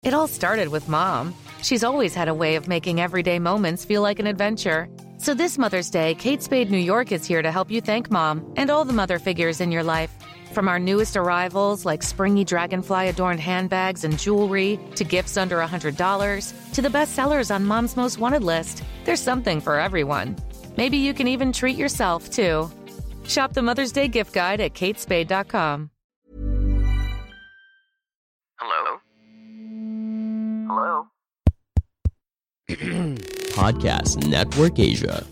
It all started with Mom. She's always had a way of making everyday moments feel like an adventure. So this Mother's Day, Kate Spade New York is here to help you thank Mom and all the mother figures in your life. From our newest arrivals, like springy dragonfly-adorned handbags and jewelry, to gifts under $100, to the best sellers on Mom's Most Wanted list, there's something for everyone. Maybe you can even treat yourself, too. Shop the Mother's Day gift guide at katespade.com. Hello? Hello? Podcast Network Asia.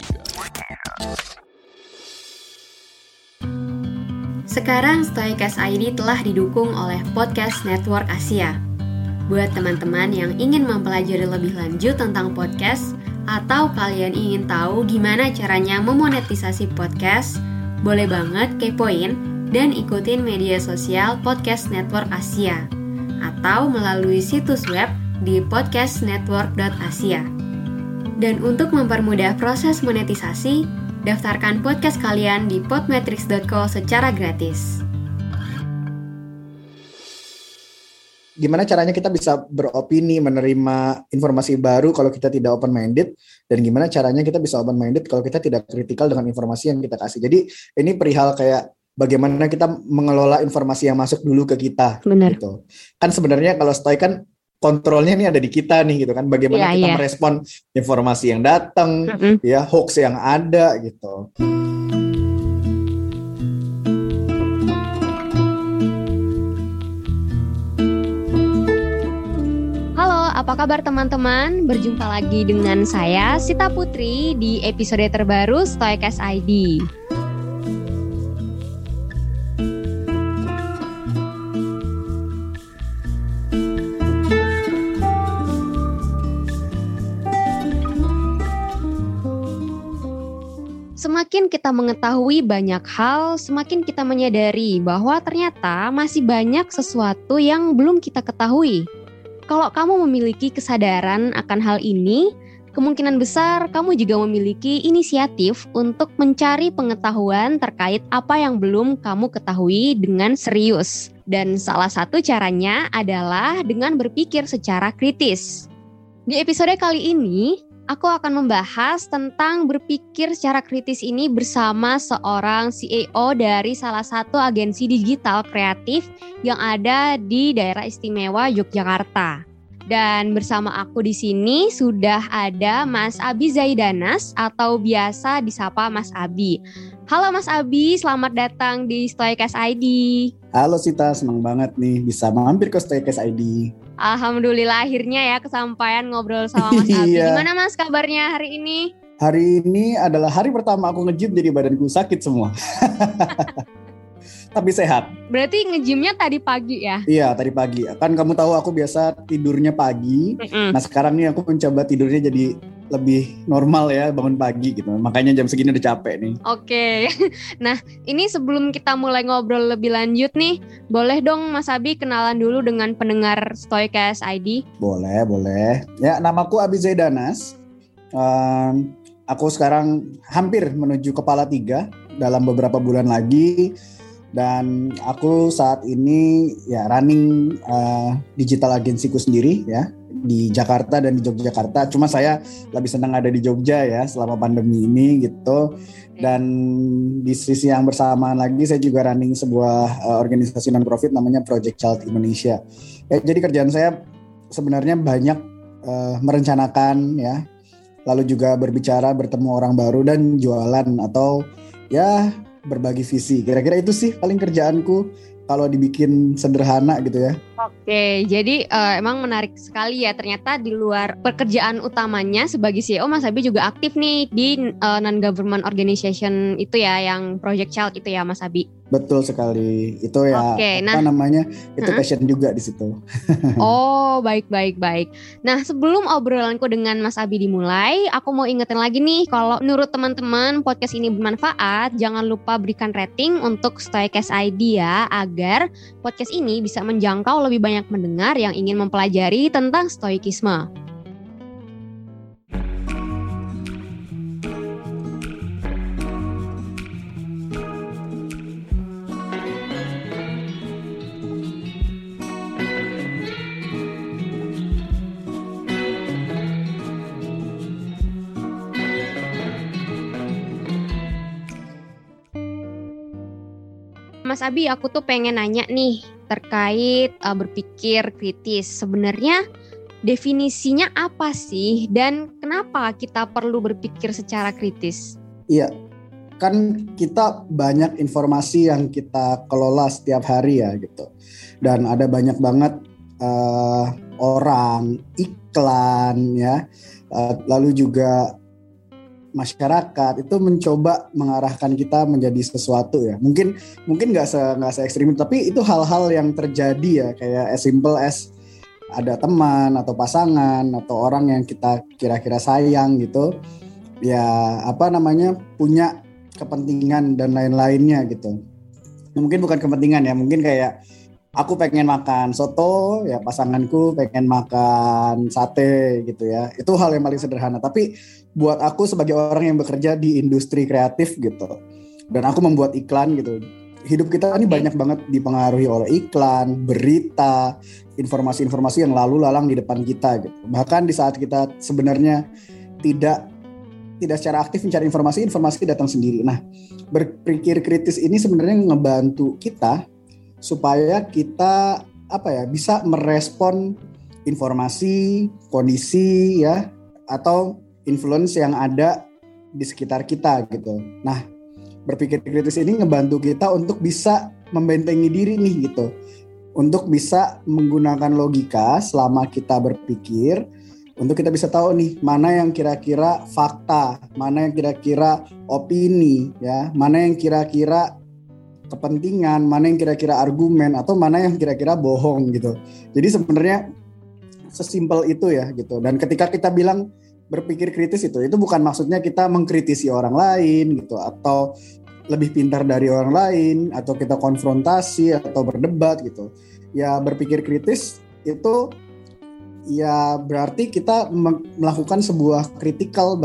Sekarang Stoikas ID telah didukung oleh Podcast Network Asia. Buat teman-teman yang ingin mempelajari lebih lanjut tentang podcast, atau kalian ingin tahu gimana caranya memonetisasi podcast, boleh banget kepoin dan ikutin media sosial Podcast Network Asia, atau melalui situs web di podcastnetwork.asia. Dan untuk mempermudah proses monetisasi, daftarkan podcast kalian di podmetrics.co secara gratis. Gimana caranya kita bisa beropini, menerima informasi baru kalau kita tidak open-minded, dan gimana caranya kita bisa open-minded kalau kita tidak kritikal dengan informasi yang kita kasih. Jadi ini perihal kayak bagaimana kita mengelola informasi yang masuk dulu ke kita. Benar. Gitu. Kan sebenarnya kalau Stoik kan kontrolnya ini ada di kita nih gitu kan. Bagaimana kita merespon informasi yang datang, ya hoax yang ada gitu. Halo, apa kabar teman-teman? Berjumpa lagi dengan saya Sita Putri di episode terbaru Stoikas ID. Semakin kita mengetahui banyak hal, semakin kita menyadari bahwa ternyata masih banyak sesuatu yang belum kita ketahui. Kalau kamu memiliki kesadaran akan hal ini, kemungkinan besar kamu juga memiliki inisiatif untuk mencari pengetahuan terkait apa yang belum kamu ketahui dengan serius. Dan salah satu caranya adalah dengan berpikir secara kritis. Di episode kali ini, aku akan membahas tentang berpikir secara kritis ini bersama seorang CEO dari salah satu agensi digital kreatif yang ada di daerah istimewa Yogyakarta. Dan bersama aku di sini sudah ada Mas Abi Zaidanas atau biasa disapa Mas Abi. Halo Mas Abi, selamat datang di Stoikas ID. Halo Sita, senang banget nih bisa mampir ke Stoikas ID. Alhamdulillah akhirnya ya kesampaian ngobrol sama Mas Abi. Gimana Mas kabarnya hari ini? Hari ini adalah hari pertama aku nge-gym, jadi badanku sakit semua. Tapi sehat. Berarti nge-gymnya tadi pagi ya? Iya, tadi pagi. Kan kamu tahu aku biasa tidurnya pagi. Nah sekarang nih aku mencoba tidurnya jadi lebih normal ya, bangun pagi gitu. Makanya jam segini udah capek nih. Oke. Nah, ini sebelum kita mulai ngobrol lebih lanjut nih, boleh dong Mas Abi kenalan dulu dengan pendengar Stoikas ID? Boleh. Ya, namaku Abi Zaidanas. Aku sekarang hampir menuju kepala 3 dalam beberapa bulan lagi. Dan aku saat ini ya running digital agensiku sendiri ya di Jakarta dan di Yogyakarta. Cuma saya lebih senang ada di Jogja ya selama pandemi ini gitu. Dan di sisi yang bersamaan lagi saya juga running sebuah organisasi non-profit namanya Project Child Indonesia. Ya, jadi kerjaan saya sebenarnya banyak merencanakan ya, lalu juga berbicara, bertemu orang baru dan jualan atau ya berbagi visi. Kira-kira itu sih paling kerjaanku kalau dibikin sederhana gitu ya. Oke, jadi emang menarik sekali ya. Ternyata di luar pekerjaan utamanya sebagai CEO, Mas Abi juga aktif nih di non-government organization itu ya, yang Project Child itu ya Mas Abi. Betul sekali. Itu ya itu passion juga di situ. Oh, baik. Nah, sebelum obrolanku dengan Mas Abi dimulai, aku mau ingetin lagi nih, kalau menurut teman-teman podcast ini bermanfaat, jangan lupa berikan rating untuk Stoikas ID ya, agar podcast ini bisa menjangkau lebih banyak mendengar yang ingin mempelajari tentang stoikisme. Mas Abi, aku tuh pengen nanya nih terkait berpikir kritis. Sebenarnya definisinya apa sih dan kenapa kita perlu berpikir secara kritis? Iya, kan kita banyak informasi yang kita kelola setiap hari ya gitu. Dan ada banyak banget orang, iklan ya, lalu juga masyarakat itu mencoba mengarahkan kita menjadi sesuatu ya. Mungkin nggak se ekstrim, tapi itu hal-hal yang terjadi ya, kayak as simple as ada teman atau pasangan atau orang yang kita kira-kira sayang gitu. Ya punya kepentingan dan lain-lainnya gitu. Mungkin bukan kepentingan ya, mungkin kayak aku pengen makan soto, ya pasanganku pengen makan sate gitu ya. Itu hal yang paling sederhana. Tapi buat aku sebagai orang yang bekerja di industri kreatif gitu, dan aku membuat iklan gitu, hidup kita ini banyak banget dipengaruhi oleh iklan, berita, informasi-informasi yang lalu lalang di depan kita gitu. Bahkan di saat kita sebenarnya tidak secara aktif mencari informasi datang sendiri. Nah, berpikir kritis ini sebenarnya ngebantu kita supaya kita bisa merespon informasi, kondisi ya, atau influence yang ada di sekitar kita gitu. Nah, berpikir kritis ini ngebantu kita untuk bisa membentengi diri nih gitu. Untuk bisa menggunakan logika selama kita berpikir, untuk kita bisa tahu nih mana yang kira-kira fakta, mana yang kira-kira opini ya, mana yang kira-kira kepentingan, mana yang kira-kira argumen, atau mana yang kira-kira bohong gitu. Jadi sebenarnya sesimpel itu ya gitu. Dan ketika kita bilang berpikir kritis itu bukan maksudnya kita mengkritisi orang lain gitu, atau lebih pintar dari orang lain, atau kita konfrontasi atau berdebat gitu. Ya berpikir kritis itu ya berarti kita melakukan sebuah critical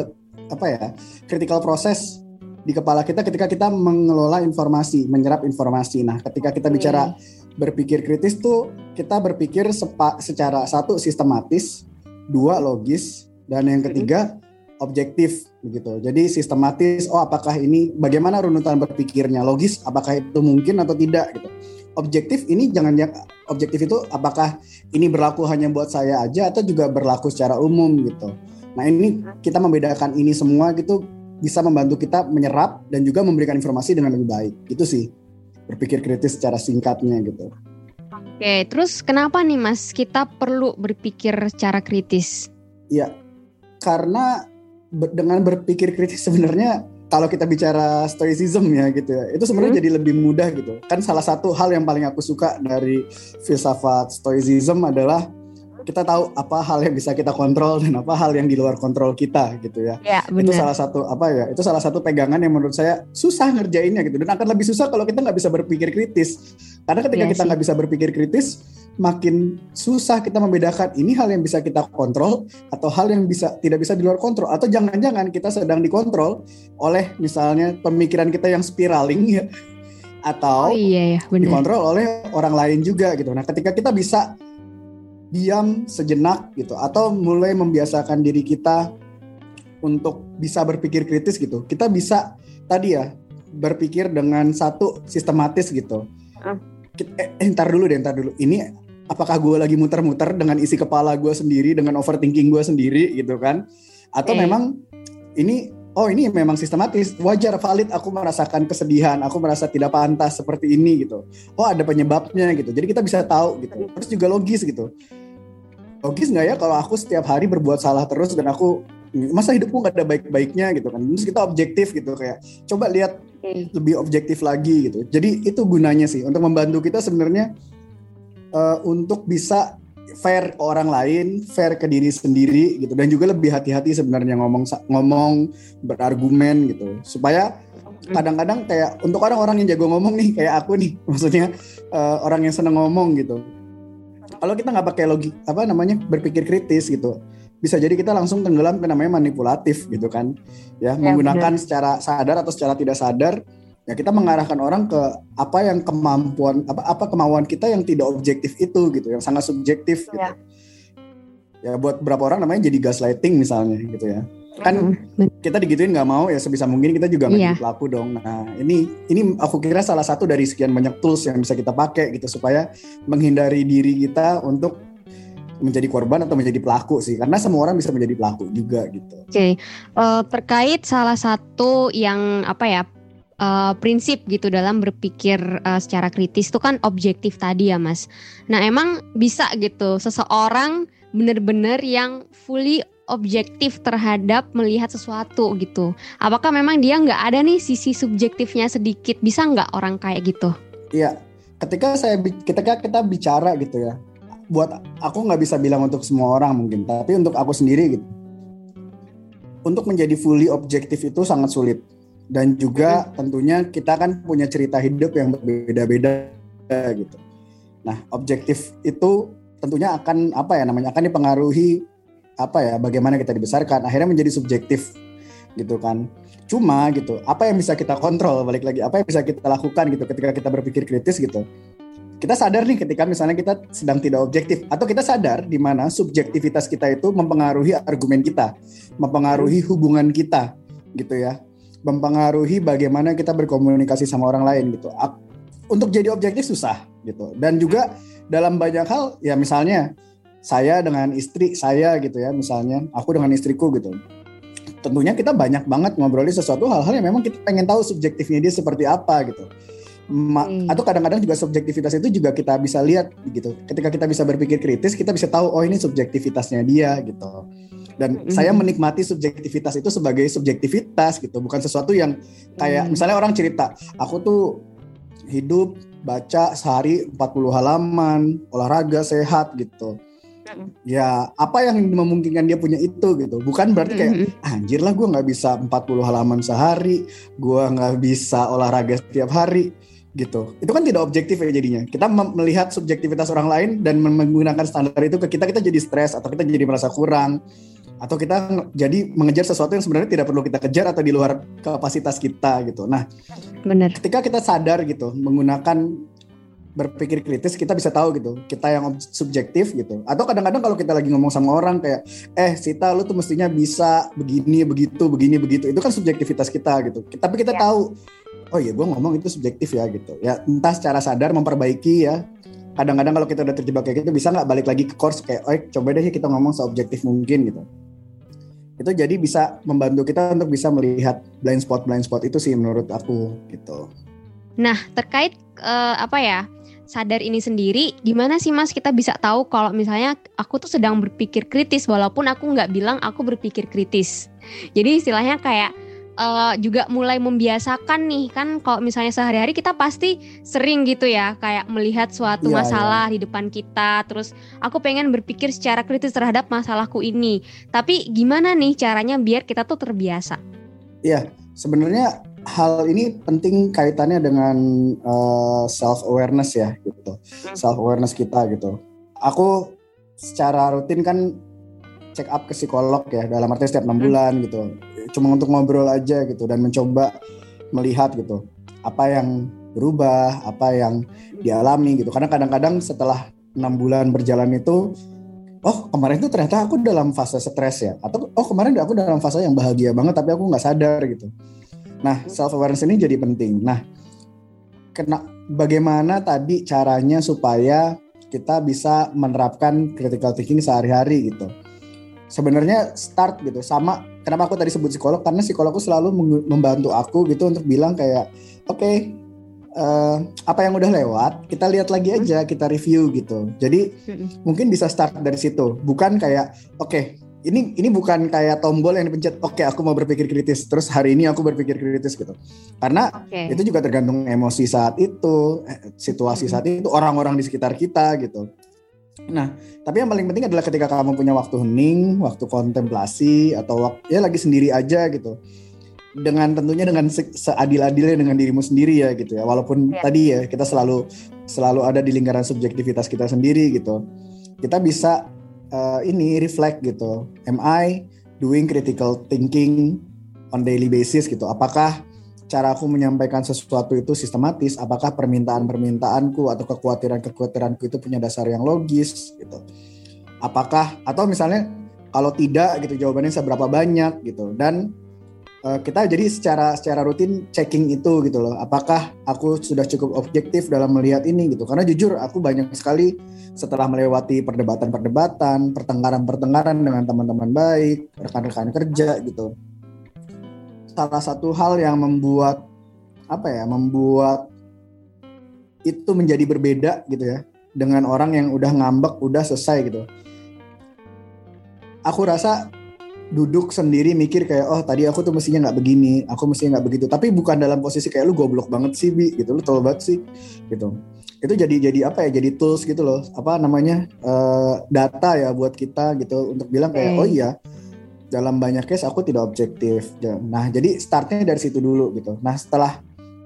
proses di kepala kita ketika kita mengelola informasi, menyerap informasi. Nah, ketika kita bicara berpikir kritis tuh kita berpikir secara satu sistematis, dua logis, dan yang ketiga objektif begitu. Jadi sistematis, apakah ini bagaimana runutan berpikirnya, logis, apakah itu mungkin atau tidak gitu. Objektif ini objektif itu apakah ini berlaku hanya buat saya aja atau juga berlaku secara umum gitu. Nah, ini kita membedakan ini semua gitu bisa membantu kita menyerap dan juga memberikan informasi dengan lebih baik. Itu sih berpikir kritis secara singkatnya gitu. Oke, terus kenapa nih Mas kita perlu berpikir secara kritis? Iya, karena dengan berpikir kritis sebenarnya kalau kita bicara stoicism ya gitu ya, itu sebenarnya jadi lebih mudah gitu. Kan salah satu hal yang paling aku suka dari filsafat stoicism adalah kita tahu apa hal yang bisa kita kontrol dan apa hal yang di luar kontrol kita gitu ya. Ya, itu salah satu itu salah satu pegangan yang menurut saya susah ngerjainnya gitu, dan akan lebih susah kalau kita nggak bisa berpikir kritis. Karena ketika kita nggak bisa berpikir kritis, makin susah kita membedakan ini hal yang bisa kita kontrol atau hal yang tidak bisa di luar kontrol, atau jangan-jangan kita sedang dikontrol oleh misalnya pemikiran kita yang spiraling ya, atau dikontrol oleh orang lain juga gitu. Nah, ketika kita bisa diam sejenak gitu, atau mulai membiasakan diri kita untuk bisa berpikir kritis gitu, kita bisa tadi ya berpikir dengan satu sistematis gitu. Ntar dulu. Ini apakah gue lagi muter-muter dengan isi kepala gue sendiri, dengan overthinking gue sendiri gitu kan? Atau memang ini memang sistematis, wajar, valid, aku merasakan kesedihan, aku merasa tidak pantas seperti ini gitu. Ada penyebabnya gitu. Jadi kita bisa tahu gitu. Terus juga logis gitu. Logis nggak ya kalau aku setiap hari berbuat salah terus dan aku masa hidupku nggak ada baik-baiknya gitu kan? Terus kita objektif gitu, kayak coba lihat lebih objektif lagi gitu. Jadi itu gunanya sih untuk membantu kita sebenarnya untuk bisa fair ke orang lain, fair ke diri sendiri gitu, dan juga lebih hati-hati sebenarnya ngomong berargumen gitu, supaya kadang-kadang kayak untuk orang-orang yang jago ngomong nih kayak aku nih, maksudnya orang yang seneng ngomong gitu. Kalau kita nggak pakai berpikir kritis gitu, bisa jadi kita langsung tenggelam ke namanya manipulatif gitu kan, ya menggunakan secara sadar atau secara tidak sadar, ya kita mengarahkan orang ke kemauan kita yang tidak objektif itu gitu, yang sangat subjektif gitu. Ya buat beberapa orang namanya jadi gaslighting misalnya gitu ya. Kan kita digituin nggak mau ya, sebisa mungkin kita juga nggak jadi pelaku dong. Nah ini aku kira salah satu dari sekian banyak tools yang bisa kita pakai gitu supaya menghindari diri kita untuk menjadi korban atau menjadi pelaku sih, karena semua orang bisa menjadi pelaku juga gitu. Oke. Terkait salah satu yang prinsip gitu dalam berpikir secara kritis itu kan objektif tadi ya Mas. Nah emang bisa gitu seseorang benar-benar yang fully objektif terhadap melihat sesuatu gitu. Apakah memang dia nggak ada nih sisi subjektifnya sedikit? Bisa nggak orang kayak gitu? Iya, ketika kita bicara gitu ya, buat aku nggak bisa bilang untuk semua orang mungkin, tapi untuk aku sendiri gitu, untuk menjadi fully objektif itu sangat sulit. Dan juga tentunya kita kan punya cerita hidup yang berbeda-beda gitu. Nah, objektif itu tentunya akan akan dipengaruhi bagaimana kita dibesarkan, akhirnya menjadi subjektif gitu kan. Cuma gitu, apa yang bisa kita kontrol, balik lagi, apa yang bisa kita lakukan gitu ketika kita berpikir kritis gitu. Kita sadar nih ketika misalnya kita sedang tidak objektif, atau kita sadar di mana subjektivitas kita itu mempengaruhi argumen kita, mempengaruhi hubungan kita gitu ya, mempengaruhi bagaimana kita berkomunikasi sama orang lain gitu. Untuk jadi objektif susah gitu. Dan juga dalam banyak hal ya, misalnya saya dengan istri saya gitu ya, misalnya aku dengan istriku gitu. Tentunya kita banyak banget ngobrolin sesuatu hal-hal yang memang kita pengen tahu subjektifnya dia seperti apa gitu. Atau kadang-kadang juga subjektivitas itu juga kita bisa lihat gitu. Ketika kita bisa berpikir kritis, kita bisa tahu oh ini subjektivitasnya dia gitu. Dan saya menikmati subjektivitas itu sebagai subjektivitas gitu, bukan sesuatu yang kayak misalnya orang cerita, aku tuh hidup baca sehari 40 halaman, olahraga sehat gitu. Ya apa yang memungkinkan dia punya itu gitu. Bukan berarti kayak anjir lah gue gak bisa 40 halaman sehari, gue gak bisa olahraga setiap hari gitu. Itu kan tidak objektif ya jadinya. Kita melihat subjektivitas orang lain dan menggunakan standar itu ke kita jadi stres, atau kita jadi merasa kurang, atau kita jadi mengejar sesuatu yang sebenarnya tidak perlu kita kejar atau di luar kapasitas kita gitu. Nah, benar. Ketika kita sadar gitu menggunakan berpikir kritis, kita bisa tahu gitu kita yang subjektif gitu. Atau kadang-kadang kalau kita lagi ngomong sama orang kayak Sita lu tuh mestinya bisa begini begitu, itu kan subjektivitas kita gitu. Tapi kita tahu oh iya gue ngomong itu subjektif ya gitu ya, entah secara sadar memperbaiki ya. Kadang-kadang kalau kita udah terjebak kayak gitu, bisa nggak balik lagi ke course kayak coba deh kita ngomong seobjektif mungkin gitu. Itu jadi bisa membantu kita untuk bisa melihat blind spot itu sih menurut aku gitu. Nah terkait sadar ini sendiri, gimana sih Mas kita bisa tahu kalau misalnya aku tuh sedang berpikir kritis walaupun aku nggak bilang aku berpikir kritis. Jadi istilahnya kayak juga mulai membiasakan nih kan, kalau misalnya sehari-hari kita pasti sering gitu ya kayak melihat suatu masalah di depan kita, terus aku pengen berpikir secara kritis terhadap masalahku ini. Tapi gimana nih caranya biar kita tuh terbiasa? Iya, sebenarnya hal ini penting kaitannya dengan self awareness ya gitu. Self awareness kita gitu. Aku secara rutin kan check up ke psikolog ya, dalam arti setiap 6 bulan gitu. Cuma untuk ngobrol aja gitu dan mencoba melihat gitu apa yang berubah, apa yang dialami gitu. Karena kadang-kadang setelah 6 bulan berjalan itu, oh kemarin itu ternyata aku dalam fase stres ya, atau oh kemarin aku dalam fase yang bahagia banget tapi aku nggak sadar gitu. Nah self awareness ini jadi penting. Nah bagaimana tadi caranya supaya kita bisa menerapkan critical thinking sehari-hari gitu. Sebenarnya start gitu sama, kenapa aku tadi sebut psikolog, karena psikologku selalu membantu aku gitu untuk bilang kayak oke, apa yang udah lewat kita lihat lagi aja, kita review gitu. Jadi mungkin bisa start dari situ, bukan kayak oke, ini bukan kayak tombol yang dipencet oke aku mau berpikir kritis terus hari ini aku berpikir kritis gitu. Karena itu juga tergantung emosi saat itu, situasi saat itu, orang-orang di sekitar kita gitu. Nah, tapi yang paling penting adalah ketika kamu punya waktu hening, waktu kontemplasi, atau lagi sendiri aja gitu. Tentunya dengan seadil-adilnya dengan dirimu sendiri ya gitu ya. Walaupun tadi ya kita selalu ada di lingkaran subjektivitas kita sendiri gitu. Kita bisa reflect gitu. Am I doing critical thinking on daily basis gitu? Apakah cara aku menyampaikan sesuatu itu sistematis, apakah permintaan-permintaanku atau kekhawatiran-kekhawatiranku itu punya dasar yang logis gitu. Apakah, atau misalnya kalau tidak gitu jawabannya seberapa banyak gitu. Dan kita jadi secara rutin checking itu gitu loh. Apakah aku sudah cukup objektif dalam melihat ini gitu. Karena jujur aku banyak sekali setelah melewati perdebatan-perdebatan, pertengkaran-pertengkaran dengan teman-teman baik, rekan-rekan kerja gitu. Salah satu hal yang membuat itu menjadi berbeda gitu ya dengan orang yang udah ngambek, udah selesai gitu. Aku rasa duduk sendiri mikir kayak, oh tadi aku tuh mestinya nggak begini, aku mestinya nggak begitu. Tapi bukan dalam posisi kayak lu goblok banget sih Bi, gitu, lu tol banget sih, gitu. Itu jadi apa ya? Jadi tools gitu loh, data ya buat kita gitu untuk bilang kayak, oh iya, dalam banyak case aku tidak objektif. Nah jadi startnya dari situ dulu gitu. Nah setelah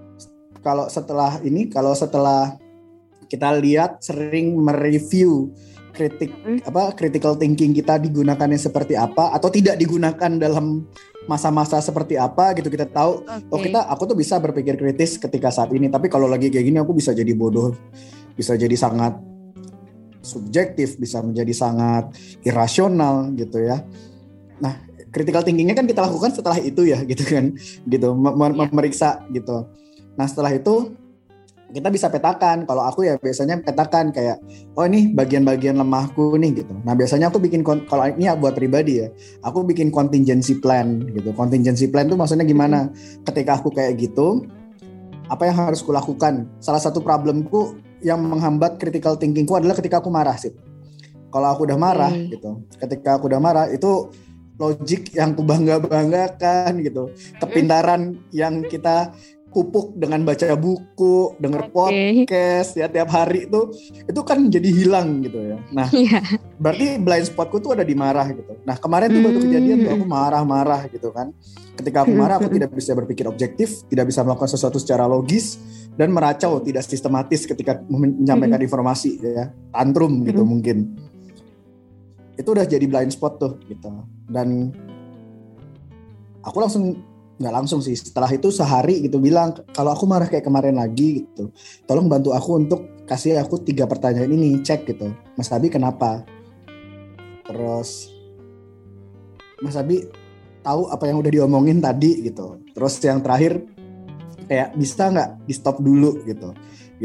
kita lihat sering mereview critical thinking kita digunakannya seperti apa atau tidak digunakan dalam masa-masa seperti apa gitu, kita tahu aku tuh bisa berpikir kritis ketika saat ini, tapi kalau lagi kayak gini aku bisa jadi bodoh, bisa jadi sangat subjektif, bisa menjadi sangat irasional gitu ya. Nah critical thinkingnya kan kita lakukan setelah itu ya gitu kan, gitu memeriksa gitu. Nah setelah itu kita bisa petakan. Kalau aku ya biasanya petakan kayak, oh ini bagian-bagian lemahku nih gitu. Nah biasanya aku bikin, kalau ini ya buat pribadi ya, aku bikin contingency plan gitu. Contingency plan tuh maksudnya gimana? Ketika aku kayak gitu, apa yang harus kulakukan? Salah satu problemku yang menghambat critical thinkingku adalah ketika aku marah sih. Kalau aku udah marah gitu, ketika aku udah marah itu logik yang kubangga-banggakan gitu, kepintaran yang kita pupuk dengan baca buku, denger podcast ya tiap hari itu kan jadi hilang gitu ya. Nah, berarti blind spotku tuh ada di marah gitu. Nah, kemarin tuh baru kejadian tuh aku marah-marah gitu kan. Ketika aku marah aku tidak bisa berpikir objektif, tidak bisa melakukan sesuatu secara logis dan meracau, tidak sistematis ketika menyampaikan informasi ya. Tantrum gitu mungkin. Itu udah jadi blind spot tuh gitu. Dan aku nggak langsung sih, setelah itu sehari gitu bilang, kalau aku marah kayak kemarin lagi gitu, tolong bantu aku untuk kasih aku 3 pertanyaan ini, cek gitu, Mas Abi kenapa, terus Mas Abi tahu apa yang udah diomongin tadi gitu, terus yang terakhir kayak bisa nggak di stop dulu gitu.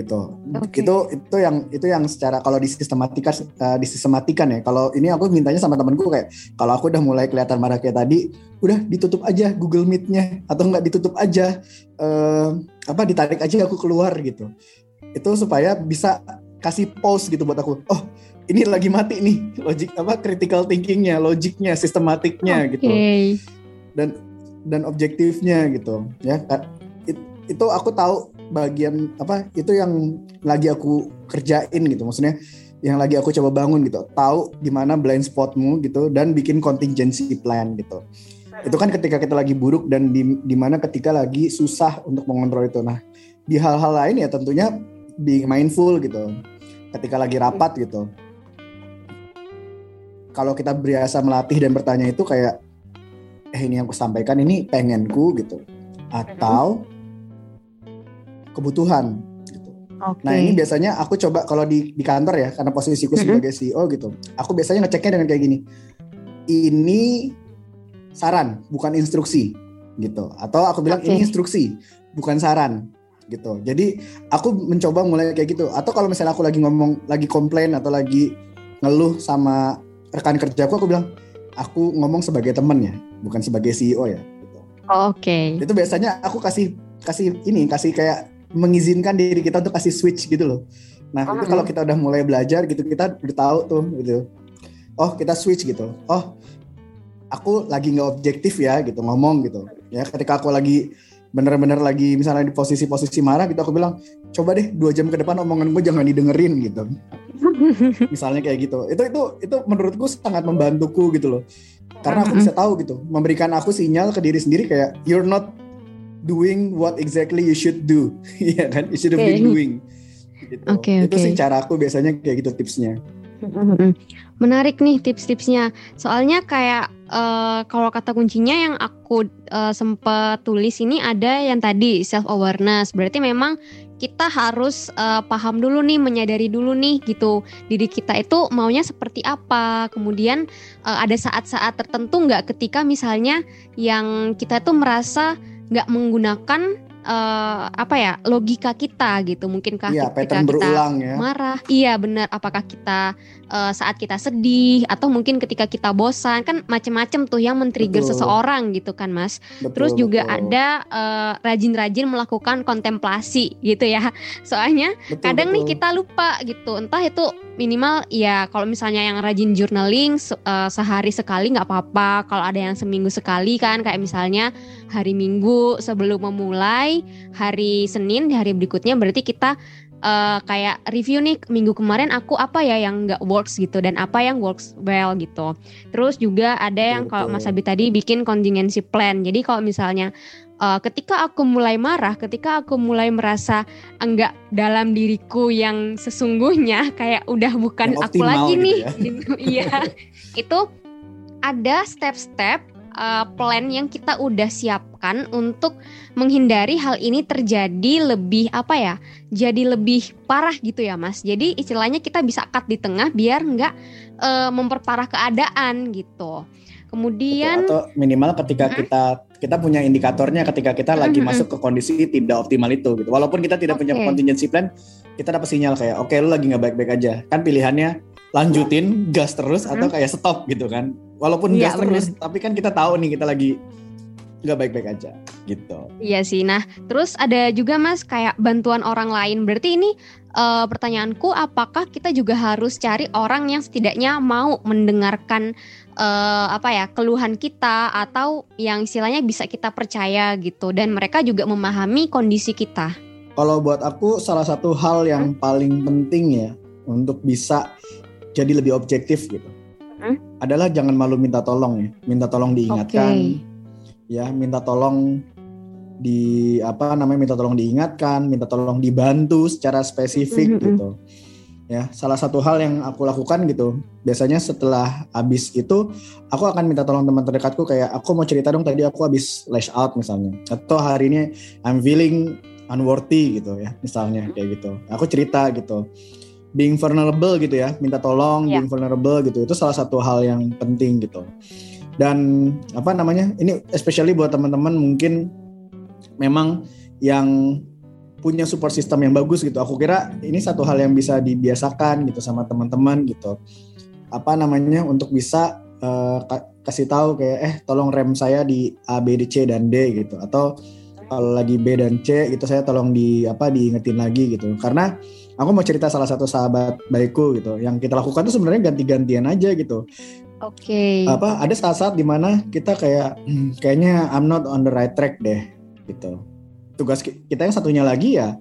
Itu yang secara kalau disistematikan ya. Kalau ini aku mintanya sama temanku kayak, kalau aku udah mulai kelihatan marah kayak tadi, udah ditutup aja Google Meet-nya, atau enggak ditutup aja ditarik aja aku keluar gitu. Itu supaya bisa kasih pause gitu buat aku. Oh, ini lagi mati nih critical thinking-nya, logiknya, sistematiknya gitu. Dan objektifnya gitu ya. Itu aku tahu bagian itu yang lagi aku kerjain gitu, maksudnya yang lagi aku coba bangun gitu, tahu di mana blind spotmu gitu dan bikin contingency plan gitu. Itu kan ketika kita lagi buruk dan di mana ketika lagi susah untuk mengontrol itu. Nah di hal-hal lain ya tentunya being mindful gitu, ketika lagi rapat gitu, kalau kita biasa melatih dan bertanya itu kayak, ini yang aku sampaikan ini pengenku gitu atau kebutuhan gitu. Nah ini biasanya aku coba kalau di kantor ya, karena posisiku sebagai CEO gitu, aku biasanya ngeceknya dengan kayak gini, ini saran bukan instruksi gitu, atau aku bilang ini instruksi bukan saran gitu. Jadi aku mencoba mulai kayak gitu. Atau kalau misalnya aku lagi komplain atau lagi ngeluh sama rekan kerjaku, aku bilang aku ngomong sebagai teman ya, bukan sebagai CEO ya gitu. Itu biasanya aku kasih kayak mengizinkan diri kita untuk kasih switch gitu loh. Nah itu kalau kita udah mulai belajar gitu, kita udah tahu tuh gitu, oh kita switch gitu, oh aku lagi nggak objektif ya gitu ngomong gitu ya. Ketika aku lagi bener-bener lagi misalnya di posisi marah gitu, aku bilang coba deh 2 jam ke depan omongan gue jangan didengerin gitu. Misalnya kayak gitu. Itu menurutku sangat membantuku gitu loh, karena aku bisa tahu gitu, memberikan aku sinyal ke diri sendiri kayak you're not doing what exactly you should do. Iya kan, you should have been doing gitu. Itu sih cara aku biasanya kayak gitu tipsnya. Menarik nih tips-tipsnya. Soalnya kayak kalau kata kuncinya yang aku sempat tulis ini ada yang tadi self awareness. Berarti memang kita harus paham dulu nih, menyadari dulu nih gitu diri kita itu maunya seperti apa. Kemudian ada saat-saat tertentu nggak ketika misalnya yang kita tuh merasa nggak menggunakan logika kita gitu. Mungkinkah ketika kita marah, iya benar, apakah kita saat kita sedih atau mungkin ketika kita bosan, kan macam-macam tuh yang men-trigger seseorang gitu kan Mas. Terus juga ada rajin-rajin melakukan kontemplasi gitu ya. Soalnya kadang nih kita lupa gitu, entah itu minimal ya kalau misalnya yang rajin journaling sehari sekali nggak apa-apa. Kalau ada yang seminggu sekali kan, kayak misalnya hari Minggu sebelum memulai, hari Senin di hari berikutnya berarti kita kayak review nih minggu kemarin aku apa ya yang nggak works gitu dan apa yang works well gitu. Terus juga ada yang kalau Mas Abi tadi bikin contingency plan. Jadi kalau misalnya ketika aku mulai marah, ketika aku mulai merasa enggak dalam diriku yang sesungguhnya, kayak udah bukan aku lagi gitu nih ya. Iya. Itu ada step-step plan yang kita udah siapkan untuk menghindari hal ini terjadi lebih jadi lebih parah gitu ya Mas. Jadi istilahnya kita bisa cut di tengah biar nggak memperparah keadaan gitu. Kemudian atau minimal ketika kita punya indikatornya ketika kita lagi masuk ke kondisi tidak optimal itu gitu. Walaupun kita tidak punya contingency plan, kita dapat sinyal kayak oke, lu lagi nggak baik-baik aja. Kan pilihannya lanjutin gas terus atau kayak stop gitu kan. Walaupun gas terus, tapi kan kita tahu nih kita lagi nggak baik-baik aja gitu. Iya sih. Nah, terus ada juga Mas kayak bantuan orang lain. Berarti ini pertanyaanku, apakah kita juga harus cari orang yang setidaknya mau mendengarkan keluhan kita atau yang istilahnya bisa kita percaya gitu dan mereka juga memahami kondisi kita? Kalau buat aku salah satu hal yang paling penting ya untuk bisa jadi lebih objektif gitu. Adalah jangan malu minta tolong ya. Minta tolong diingatkan. Ya, minta tolong minta tolong diingatkan, minta tolong dibantu secara spesifik gitu. Ya, salah satu hal yang aku lakukan gitu. Biasanya setelah habis itu aku akan minta tolong teman terdekatku kayak aku mau cerita dong tadi aku habis lash out misalnya. Atau hari ini I'm feeling unworthy gitu ya, misalnya kayak gitu. Aku cerita gitu. Being vulnerable gitu ya, minta tolong, being vulnerable gitu, itu salah satu hal yang penting gitu. Dan ini especially buat teman-teman mungkin memang yang punya support system yang bagus gitu. Aku kira ini satu hal yang bisa dibiasakan gitu sama teman-teman gitu. Untuk bisa kasih tahu kayak tolong rem saya di A, B, D, C dan D gitu. Atau kalau lagi B dan C gitu saya tolong diingetin lagi gitu. Karena aku mau cerita salah satu sahabat baikku gitu. Yang kita lakukan tuh sebenarnya ganti-gantian aja gitu. Ada saat-saat dimana kita kayaknya I'm not on the right track deh gitu. Tugas kita yang satunya lagi ya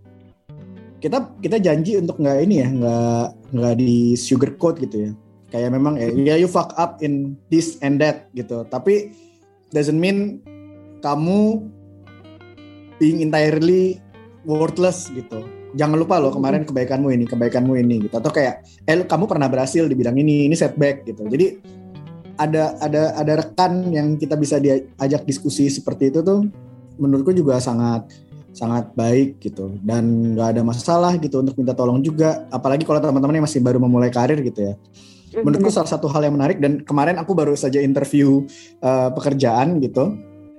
kita janji untuk nggak di sugarcoat gitu ya. Kayak memang you fuck up in this and that gitu. Tapi doesn't mean kamu being entirely worthless gitu. Jangan lupa loh kemarin kebaikanmu ini gitu. Atau kayak kamu pernah berhasil di bidang ini setback gitu. Jadi ada rekan yang kita bisa diajak diskusi seperti itu tuh menurutku juga sangat baik gitu. Dan nggak ada masalah gitu untuk minta tolong juga. Apalagi kalau teman-teman yang masih baru memulai karir gitu ya. Menurutku salah satu hal yang menarik, dan kemarin aku baru saja interview pekerjaan gitu.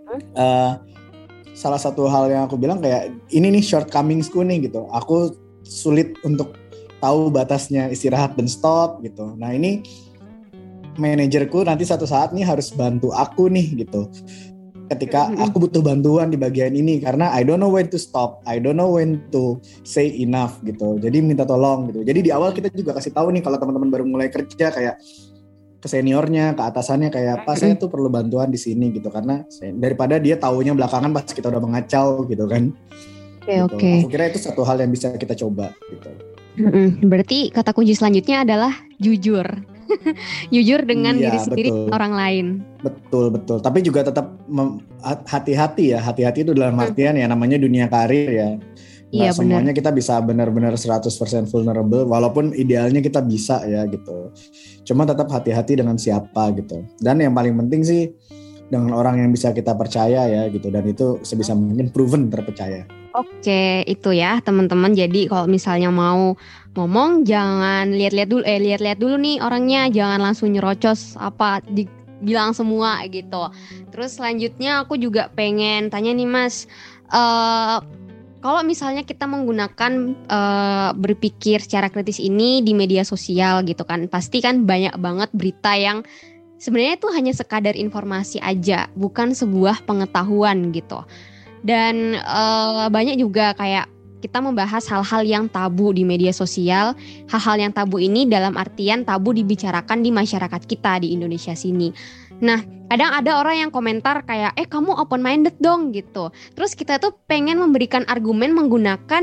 Salah satu hal yang aku bilang kayak ini nih shortcomingsku nih gitu. Aku sulit untuk tahu batasnya istirahat dan stop gitu. Nah ini manajerku nanti satu saat nih harus bantu aku nih gitu. Ketika aku butuh bantuan di bagian ini karena I don't know when to stop, I don't know when to say enough gitu. Jadi minta tolong gitu. Jadi di awal kita juga kasih tahu nih kalau teman-teman baru mulai kerja kayak ke seniornya, ke atasannya kayak apa saya tuh perlu bantuan di sini gitu, karena daripada dia taunya belakangan pas kita udah mengacau gitu kan. Oke. Aku kira itu satu hal yang bisa kita coba gitu. Berarti kata kunci selanjutnya adalah jujur. Jujur dengan diri sendiri dan orang lain. Betul. Tapi juga tetap hati-hati ya. Hati-hati itu dalam artian ya namanya dunia karir ya. Nggak Iya benar. semuanya kita bisa benar-benar 100% vulnerable, walaupun idealnya kita bisa ya gitu. Cuma tetap hati-hati dengan siapa gitu. Dan yang paling penting sih dengan orang yang bisa kita percaya ya gitu. Dan itu sebisa mungkin proven terpercaya. Oke, itu ya teman-teman. Jadi kalau misalnya mau ngomong jangan lihat-lihat dulu nih orangnya, jangan langsung nyerocos apa dibilang semua gitu. Terus selanjutnya aku juga pengen tanya nih Mas, kalau misalnya kita menggunakan berpikir secara kritis ini di media sosial gitu kan, pasti kan banyak banget berita yang sebenarnya itu hanya sekadar informasi aja, bukan sebuah pengetahuan gitu. Dan banyak juga kayak kita membahas hal-hal yang tabu di media sosial. Hal-hal yang tabu ini dalam artian tabu dibicarakan di masyarakat kita di Indonesia sini. Nah, kadang ada orang yang komentar kayak, kamu open minded dong gitu. Terus kita tuh pengen memberikan argumen menggunakan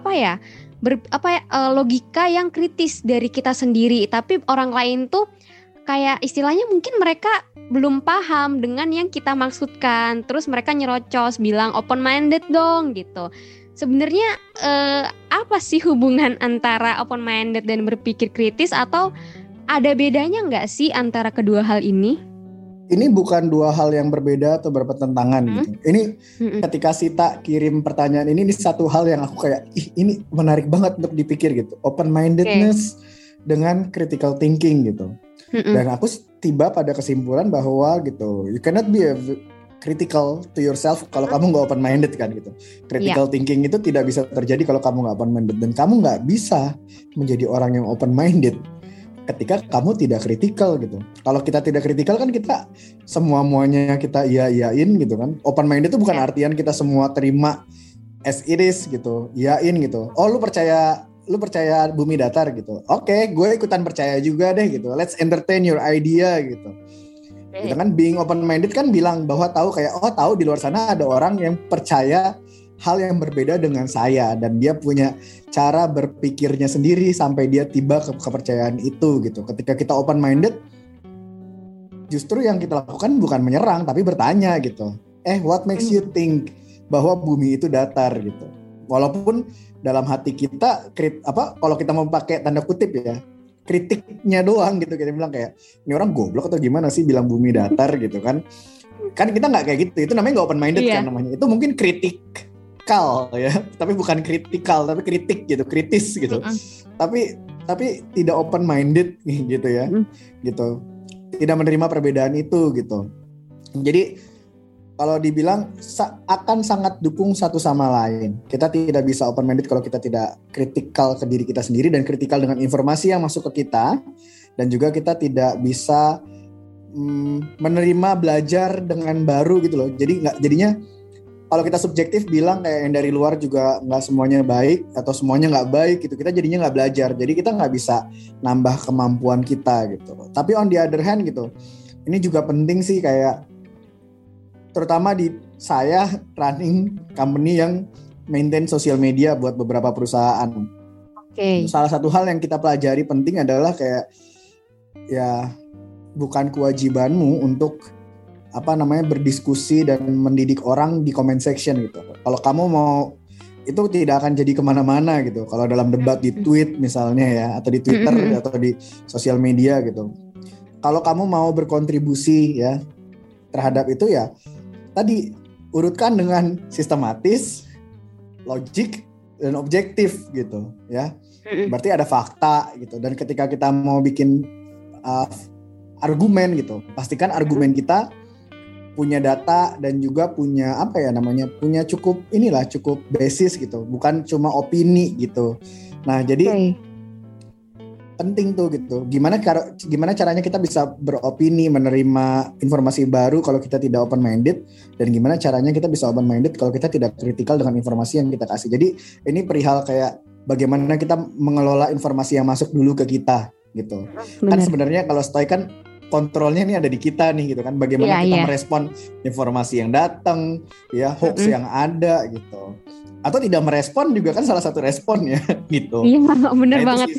logika yang kritis dari kita sendiri. Tapi orang lain tuh kayak istilahnya mungkin mereka belum paham dengan yang kita maksudkan. Terus mereka nyerocos bilang open minded dong gitu. Sebenarnya apa sih hubungan antara open minded dan berpikir kritis, atau ada bedanya nggak sih antara kedua hal ini? Ini bukan dua hal yang berbeda atau bertentangan gitu. Ini ketika Sita kirim pertanyaan ini satu hal yang aku kayak ini menarik banget untuk dipikir gitu. Open mindedness dengan critical thinking gitu. Dan aku tiba pada kesimpulan bahwa gitu, you cannot be critical to yourself kalau kamu nggak open minded kan gitu. Critical thinking itu tidak bisa terjadi kalau kamu nggak open minded, dan kamu nggak bisa menjadi orang yang open minded ketika kamu tidak kritikal gitu. Kalau kita tidak kritikal kan kita semua-muanya kita iya-iyain gitu kan. Open minded itu bukan artian kita semua terima as it is gitu, iyain gitu. Oh lu percaya bumi datar gitu. Oke, gue ikutan percaya juga deh gitu. Let's entertain your idea gitu. Gitu kan, being open minded kan bilang bahwa tahu di luar sana ada orang yang percaya hal yang berbeda dengan saya, dan dia punya cara berpikirnya sendiri sampai dia tiba ke kepercayaan itu gitu. Ketika kita open minded, justru yang kita lakukan bukan menyerang tapi bertanya gitu. What makes you think bahwa bumi itu datar gitu. Walaupun dalam hati kita kalau kita mau pakai tanda kutip ya, kritiknya doang gitu, kita bilang kayak ini orang goblok atau gimana sih bilang bumi datar gitu kan. Kan kita nggak kayak gitu. Itu namanya nggak open minded kan namanya. Itu mungkin kritikal ya, tapi bukan kritikal, tapi kritik gitu, kritis gitu. Tapi tidak open minded gitu ya. Gitu. Tidak menerima perbedaan itu gitu. Jadi kalau dibilang akan sangat dukung satu sama lain. Kita tidak bisa open minded kalau kita tidak kritikal ke diri kita sendiri dan kritikal dengan informasi yang masuk ke kita, dan juga kita tidak bisa menerima belajar dengan baru gitu loh. Jadinya kalau kita subjektif bilang kayak yang dari luar juga nggak semuanya baik atau semuanya nggak baik gitu, kita jadinya nggak belajar. Jadi kita nggak bisa nambah kemampuan kita gitu. Tapi on the other hand gitu, ini juga penting sih kayak terutama di saya running company yang maintain sosial media buat beberapa perusahaan. Salah satu hal yang kita pelajari penting adalah kayak ya bukan kewajibanmu untuk berdiskusi dan mendidik orang di comment section gitu. Kalau kamu mau, itu tidak akan jadi kemana-mana gitu. Kalau dalam debat di tweet misalnya ya, atau di Twitter atau di sosial media gitu. Kalau kamu mau berkontribusi ya terhadap itu ya, tadi urutkan dengan sistematis, logik, dan objektif gitu ya. Berarti ada fakta gitu. Dan ketika kita mau bikin argumen gitu, pastikan argumen kita punya data dan juga punya punya cukup basis gitu, bukan cuma opini gitu. Nah jadi penting tuh gitu, gimana caranya kita bisa beropini, menerima informasi baru kalau kita tidak open minded, dan gimana caranya kita bisa open minded kalau kita tidak kritikal dengan informasi yang kita kasih. Jadi ini perihal kayak bagaimana kita mengelola informasi yang masuk dulu ke kita gitu. Kan sebenarnya kalau stoik kan kontrolnya ini ada di kita nih gitu kan, bagaimana kita merespon informasi yang datang ya, hoax yang ada gitu, atau tidak merespon juga kan salah satu respon ya gitu. Iya benar banget.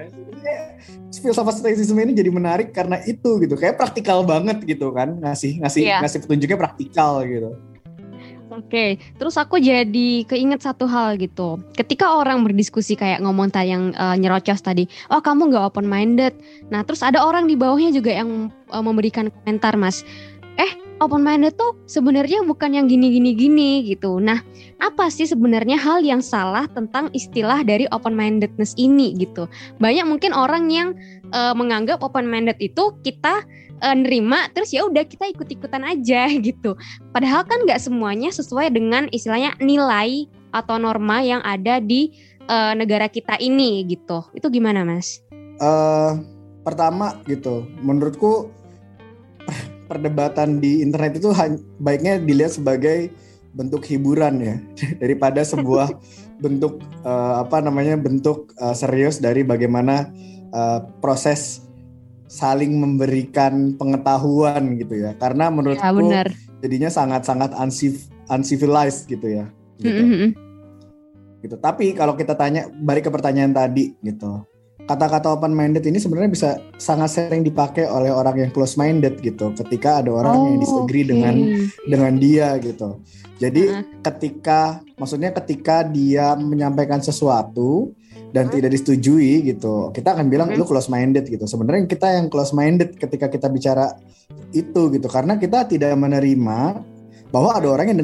Filsafat stoicism ini jadi menarik karena itu gitu, kayak praktikal banget gitu kan, ngasih petunjuknya praktikal gitu. Oke, terus aku jadi keinget satu hal gitu. Ketika orang berdiskusi kayak ngomong tadi yang nyerocos tadi, oh kamu nggak open minded. Nah, terus ada orang di bawahnya juga yang memberikan komentar, Mas. Open minded tuh sebenarnya bukan yang gini gitu. Nah, apa sih sebenarnya hal yang salah tentang istilah dari open mindedness ini gitu? Banyak mungkin orang yang menganggap open minded itu kita nerima terus ya udah kita ikut-ikutan aja gitu. Padahal kan nggak semuanya sesuai dengan istilahnya nilai atau norma yang ada di negara kita ini gitu. Itu gimana, Mas? Pertama gitu, menurutku perdebatan di internet itu baiknya dilihat sebagai bentuk hiburan ya daripada sebuah bentuk bentuk serius dari bagaimana proses saling memberikan pengetahuan gitu ya. Karena menurutku jadinya sangat-sangat uncivilized gitu ya. Gitu. Gitu. Tapi kalau kita balik ke pertanyaan tadi gitu. Kata-kata open minded ini sebenarnya bisa sangat sering dipakai oleh orang yang close minded gitu. Ketika ada orang yang disagree dengan dia gitu. Jadi ketika dia menyampaikan sesuatu dan tidak disetujui gitu, kita akan bilang lu close minded gitu. Sebenarnya kita yang close minded ketika kita bicara itu gitu, karena kita tidak menerima bahwa ada orang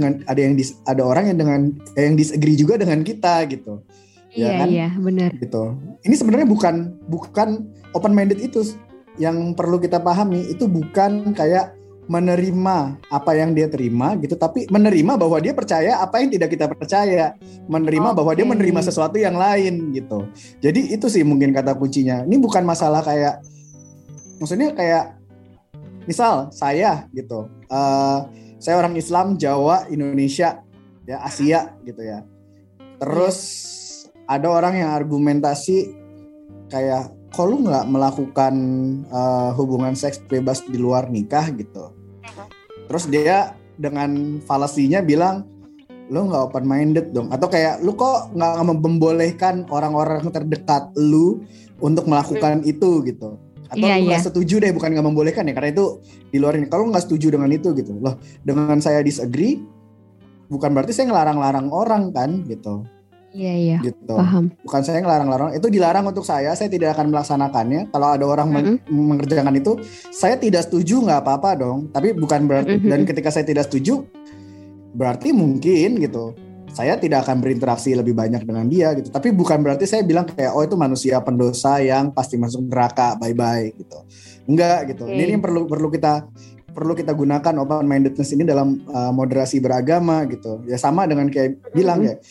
yang disagree juga dengan kita gitu. Iya, kan? Iya, benar. Gitu. Ini sebenarnya bukan open minded itu yang perlu kita pahami, itu bukan kayak menerima apa yang dia terima gitu, tapi menerima bahwa dia percaya apa yang tidak kita percaya, menerima bahwa dia menerima sesuatu yang lain gitu. Jadi itu sih mungkin kata kuncinya. Ini bukan masalah kayak, maksudnya kayak misal saya gitu, saya orang Islam, Jawa, Indonesia, ya Asia gitu ya. Terus ada orang yang argumentasi kayak, kok lu nggak melakukan hubungan seks bebas di luar nikah gitu. Terus dia dengan falasinya bilang, lu nggak open minded dong. Atau kayak, lu kok nggak membolehkan orang-orang terdekat lu untuk melakukan itu gitu. Atau lu nggak setuju deh, bukan nggak membolehkan ya, karena itu di luar ini. Kalau nggak setuju dengan itu gitu, loh dengan saya disagree, bukan berarti saya ngelarang-larang orang kan gitu. Iya, gitu. Paham. Bukan saya ngelarang-larang, itu dilarang untuk saya tidak akan melaksanakannya. Kalau ada orang mengerjakan itu, saya tidak setuju, nggak apa-apa dong. Tapi bukan berarti, dan ketika saya tidak setuju, berarti mungkin gitu, saya tidak akan berinteraksi lebih banyak dengan dia gitu. Tapi bukan berarti saya bilang kayak, oh itu manusia pendosa yang pasti masuk neraka, bye-bye gitu. Enggak gitu. Ini yang perlu kita gunakan open mindedness ini dalam moderasi beragama gitu. Ya sama dengan kayak bilang kayak,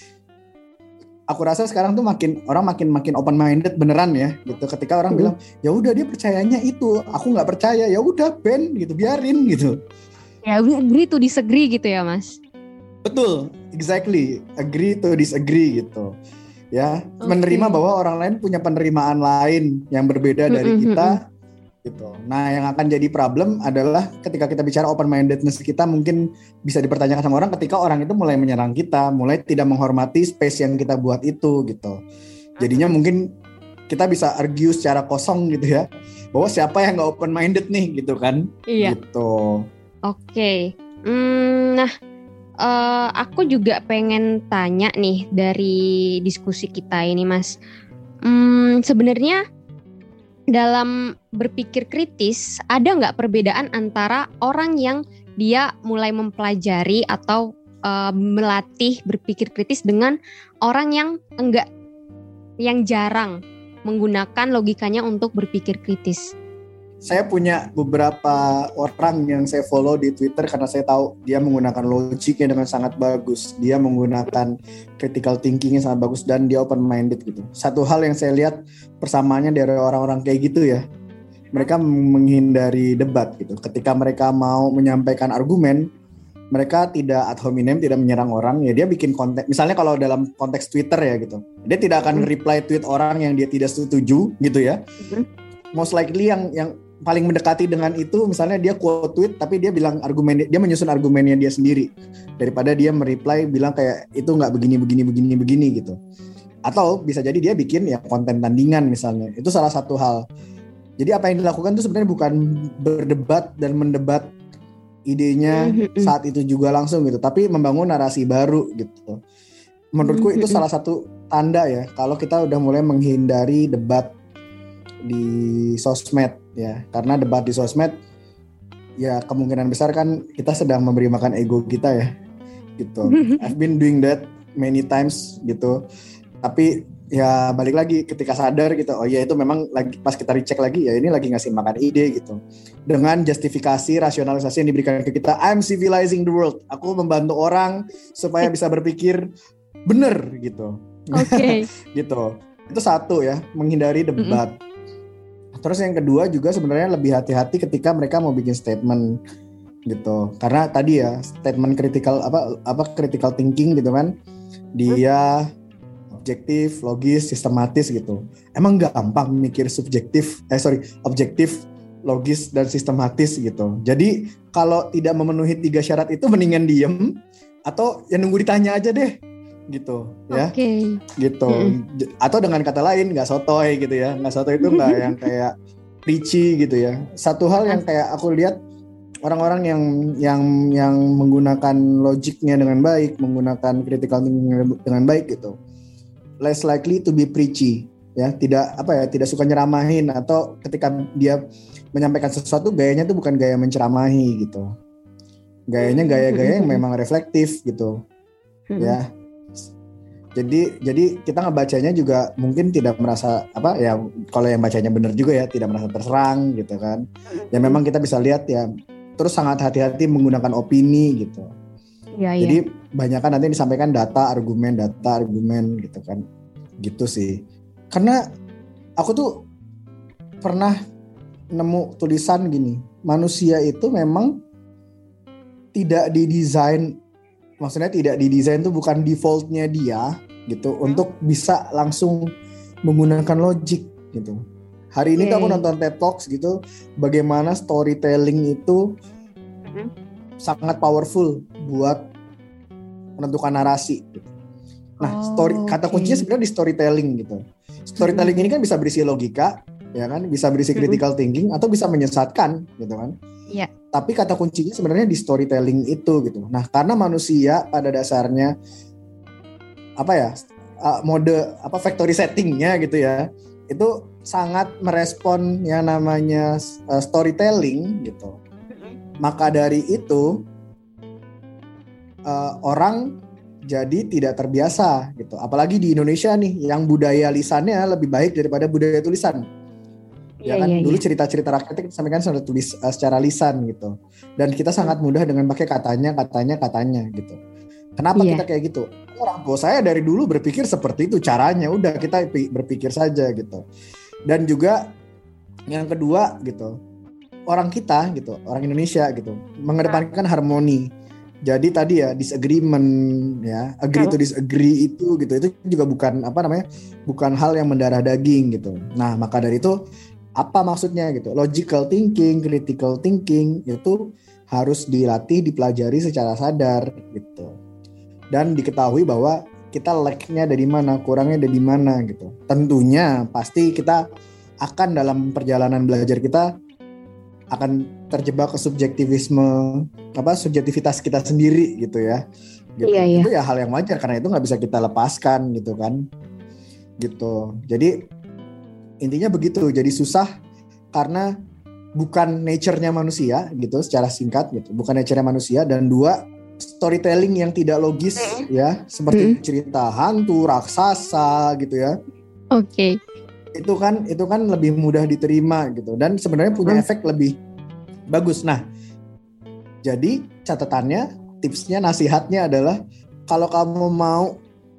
aku rasa sekarang tuh orang makin open minded beneran ya gitu. Ketika orang bilang ya udah dia percayanya itu, aku nggak percaya, ya udah Ben gitu, biarin gitu. Ya agree to disagree gitu ya Mas. Betul, exactly, agree to disagree gitu. Ya, menerima bahwa orang lain punya penerimaan lain yang berbeda dari kita gitu. Nah, yang akan jadi problem adalah ketika kita bicara open mindedness kita mungkin bisa dipertanyakan sama orang ketika orang itu mulai menyerang kita, mulai tidak menghormati space yang kita buat itu gitu. Jadinya mungkin kita bisa argue secara kosong gitu ya, bahwa siapa yang nggak open minded nih gitu kan? Iya. Gitu. Oke. Nah, aku juga pengen tanya nih dari diskusi kita ini Mas. Sebenarnya dalam berpikir kritis, ada nggak perbedaan antara orang yang dia mulai mempelajari atau melatih berpikir kritis dengan orang yang enggak, yang jarang menggunakan logikanya untuk berpikir kritis? Saya punya beberapa orang yang saya follow di Twitter karena saya tahu dia menggunakan logiknya dengan sangat bagus. Dia menggunakan critical thinkingnya sangat bagus dan dia open minded gitu. Satu hal yang saya lihat persamaannya dari orang-orang kayak gitu ya, mereka menghindari debat gitu. Ketika mereka mau menyampaikan argumen, mereka tidak ad hominem, tidak menyerang orang. Ya dia bikin konten. Misalnya kalau dalam konteks Twitter ya gitu, dia tidak akan reply tweet orang yang dia tidak setuju gitu ya. Most likely yang paling mendekati dengan itu, misalnya dia quote tweet tapi dia bilang dia menyusun argumennya dia sendiri daripada dia mereply bilang kayak itu nggak begini gitu. Atau bisa jadi dia bikin ya konten tandingan misalnya. Itu salah satu hal. Jadi apa yang dilakukan itu sebenarnya bukan berdebat dan mendebat idenya saat itu juga langsung gitu, tapi membangun narasi baru gitu. Menurutku itu salah satu tanda ya kalau kita udah mulai menghindari debat di sosmed ya, karena debat di sosmed ya kemungkinan besar kan kita sedang memberi makan ego kita ya gitu. I've been doing that many times gitu, tapi ya balik lagi ketika sadar gitu, oh ya itu memang lagi pas kita recheck lagi ya ini lagi ngasih makan ide gitu dengan justifikasi rasionalisasi yang diberikan ke kita. I'm civilizing the world, aku membantu orang supaya bisa berpikir bener gitu. Oke. Gitu, itu satu ya, menghindari debat. Terus yang kedua juga sebenarnya lebih hati-hati ketika mereka mau bikin statement gitu, karena tadi ya statement critical critical thinking gitu kan, dia objektif, logis, sistematis gitu. Emang gampang mikir objektif, logis, dan sistematis gitu. Jadi kalau tidak memenuhi 3 syarat itu mendingan diem atau ya nunggu ditanya aja deh gitu ya. Gitu. Atau dengan kata lain nggak sotoy gitu ya. Nggak sotoy itu nggak yang kayak preachy gitu ya. Satu hal yang kayak aku lihat orang-orang yang menggunakan logiknya dengan baik, menggunakan critical thinking dengan baik gitu, less likely to be preachy ya, tidak suka nyeramahin, atau ketika dia menyampaikan sesuatu gayanya tuh bukan gaya menceramahi gitu, gayanya gaya-gaya yang memang reflektif gitu ya. Jadi kita ngebacanya juga mungkin tidak merasa kalau yang bacanya benar juga ya, tidak merasa terserang gitu kan ya. Memang kita bisa lihat ya, terus sangat hati-hati menggunakan opini gitu. Jadi banyak kan nanti disampaikan data argumen gitu kan, gitu sih. Karena aku tuh pernah nemu tulisan gini, manusia itu memang tidak didesain tuh bukan defaultnya dia gitu untuk bisa langsung menggunakan logik gitu. Hari ini tuh aku nonton TED Talks gitu, bagaimana storytelling itu sangat powerful buat menentukan narasi gitu. Nah, kata kuncinya sebenarnya di storytelling gitu. Storytelling ini kan bisa berisi logika, ya kan, bisa berisi critical thinking atau bisa menyesatkan gitu kan. Iya. Tapi kata kuncinya sebenarnya di storytelling itu gitu. Nah, karena manusia pada dasarnya factory settingnya gitu ya, itu sangat merespon yang namanya storytelling gitu. Maka dari itu orang jadi tidak terbiasa gitu. Apalagi di Indonesia nih, yang budaya lisannya lebih baik daripada budaya tulisan. Dulu cerita-cerita rakyat kita sampaikan secara lisan gitu. Dan kita sangat mudah dengan pakai katanya gitu. Kenapa kita kayak gitu? Orang tua saya dari dulu berpikir seperti itu caranya. Udah kita berpikir saja gitu. Dan juga yang kedua gitu, orang kita gitu, orang Indonesia gitu, mengedepankan harmoni. Jadi tadi ya disagreement ya, agree to disagree itu juga bukan bukan hal yang mendarah daging gitu. Nah, maka dari itu apa maksudnya gitu? Logical thinking, critical thinking itu harus dilatih, dipelajari secara sadar gitu. Dan diketahui bahwa kita lack-nya dari mana, kurangnya dari mana gitu. Tentunya pasti kita akan dalam perjalanan belajar kita akan terjebak ke subjektivitas kita sendiri gitu ya. Gitu. Itu ya hal yang wajar karena itu nggak bisa kita lepaskan gitu kan. Gitu. Jadi intinya begitu. Jadi susah karena bukan nature-nya manusia gitu secara singkat gitu. Bukan nature-nya manusia, dan dua, storytelling yang tidak logis ya, seperti cerita hantu, raksasa gitu ya. Oke. Itu kan lebih mudah diterima gitu, dan sebenarnya punya efek lebih bagus. Nah, jadi catatannya, tipsnya, nasihatnya adalah kalau kamu mau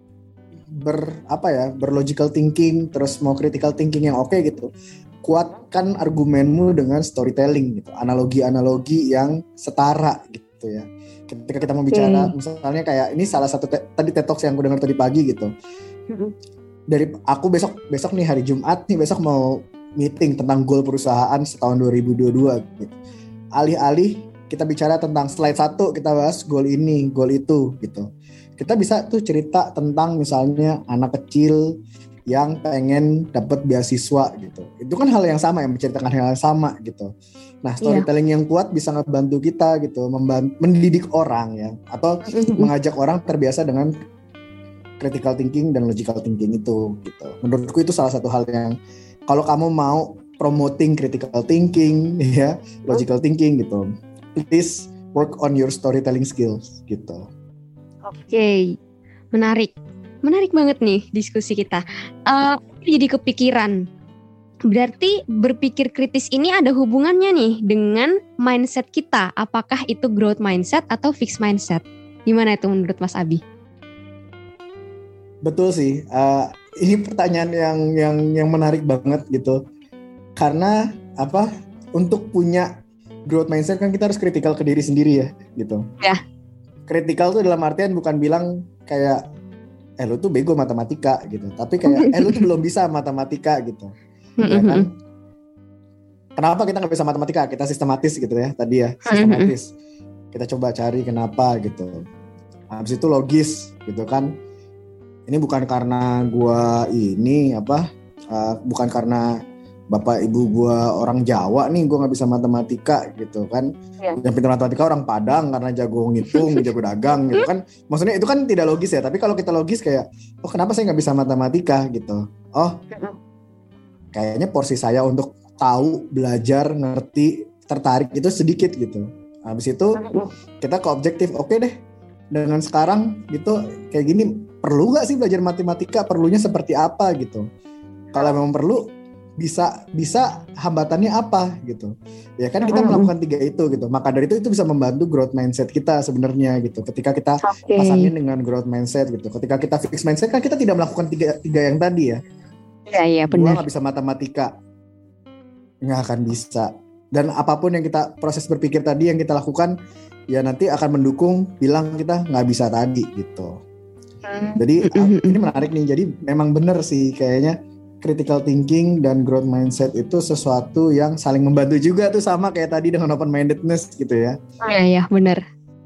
berlogical thinking, terus mau critical thinking yang oke gitu, kuatkan argumenmu dengan storytelling gitu, analogi-analogi yang setara gitu ya. Ketika kita mau bicara, misalnya kayak ini salah satu tadi TED Talks yang aku dengar tadi pagi gitu. Dari aku besok nih hari Jumat nih, besok mau meeting tentang goal perusahaan setahun 2022 gitu. Alih-alih kita bicara tentang slide 1, kita bahas goal ini, goal itu gitu. Kita bisa tuh cerita tentang misalnya anak kecil yang pengen dapat beasiswa gitu. Itu kan hal yang sama, yang menceritakan hal yang sama gitu. Nah, storytelling yang kuat bisa ngebantu kita gitu, mendidik orang ya, atau mengajak orang terbiasa dengan critical thinking dan logical thinking itu gitu. Menurutku itu salah satu hal yang kalau kamu mau promoting critical thinking ya, logical thinking gitu, please work on your storytelling skills gitu. Oke, menarik banget nih diskusi kita. Jadi kepikiran, berarti berpikir kritis ini ada hubungannya nih dengan mindset kita. Apakah itu growth mindset atau fixed mindset? Gimana itu menurut Mas Abi? Betul sih. Ini pertanyaan yang menarik banget gitu. Karena apa? Untuk punya growth mindset kan kita harus kritikal ke diri sendiri ya, gitu. Ya. Kritikal tuh dalam artian bukan bilang kayak lu tuh bego matematika gitu, tapi kayak lu tuh belum bisa matematika gitu. Ya kan? Kenapa kita nggak bisa matematika? Kita sistematis gitu ya tadi ya, sistematis. Kita coba cari kenapa gitu. Habis itu logis gitu kan. Ini bukan karena gua bukan karena bapak ibu gua orang Jawa nih gua nggak bisa matematika gitu kan. Yang pintar matematika orang Padang karena jago ngitung, jago dagang gitu kan. Maksudnya itu kan tidak logis ya. Tapi kalau kita logis kayak, oh kenapa saya nggak bisa matematika gitu? Oh kayaknya porsi saya untuk tahu, belajar, ngerti, tertarik itu sedikit gitu. Habis itu kita ke objektif, oke deh. Dengan sekarang gitu kayak gini, perlu gak sih belajar matematika? Perlunya seperti apa gitu? Kalau memang perlu, bisa hambatannya apa gitu? Ya kan kita melakukan 3 itu gitu. Maka dari itu bisa membantu growth mindset kita sebenarnya gitu. Ketika kita pasangin dengan growth mindset gitu. Ketika kita fixed mindset kan kita tidak melakukan tiga yang tadi ya. Iya benar. Gua nggak bisa matematika, nggak akan bisa. Dan apapun yang kita proses berpikir tadi yang kita lakukan, ya nanti akan mendukung bilang kita nggak bisa tadi gitu. Jadi ini menarik nih. Jadi memang benar sih kayaknya critical thinking dan growth mindset itu sesuatu yang saling membantu juga tuh, sama kayak tadi dengan open mindedness gitu ya. Iya benar.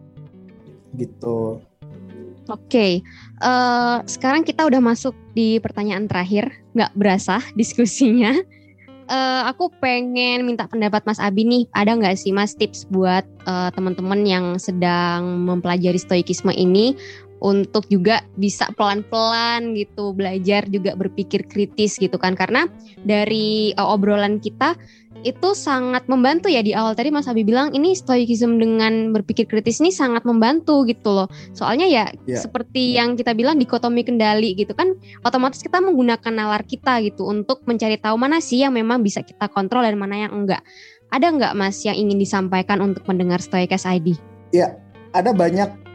Gitu. Oke, sekarang kita udah masuk di pertanyaan terakhir, nggak berasa diskusinya. Aku pengen minta pendapat Mas Abi nih, ada nggak sih Mas tips buat teman-teman yang sedang mempelajari stoikisme ini untuk juga bisa pelan-pelan gitu belajar juga berpikir kritis gitu kan, karena dari obrolan kita itu sangat membantu ya. Di awal tadi Mas Abi bilang ini stoikism dengan berpikir kritis ini sangat membantu gitu loh. Soalnya ya seperti yang kita bilang dikotomi kendali gitu kan, otomatis kita menggunakan nalar kita gitu untuk mencari tahu mana sih yang memang bisa kita kontrol dan mana yang enggak. Ada enggak Mas yang ingin disampaikan untuk pendengar Stoikes ID? Ya, ada banyak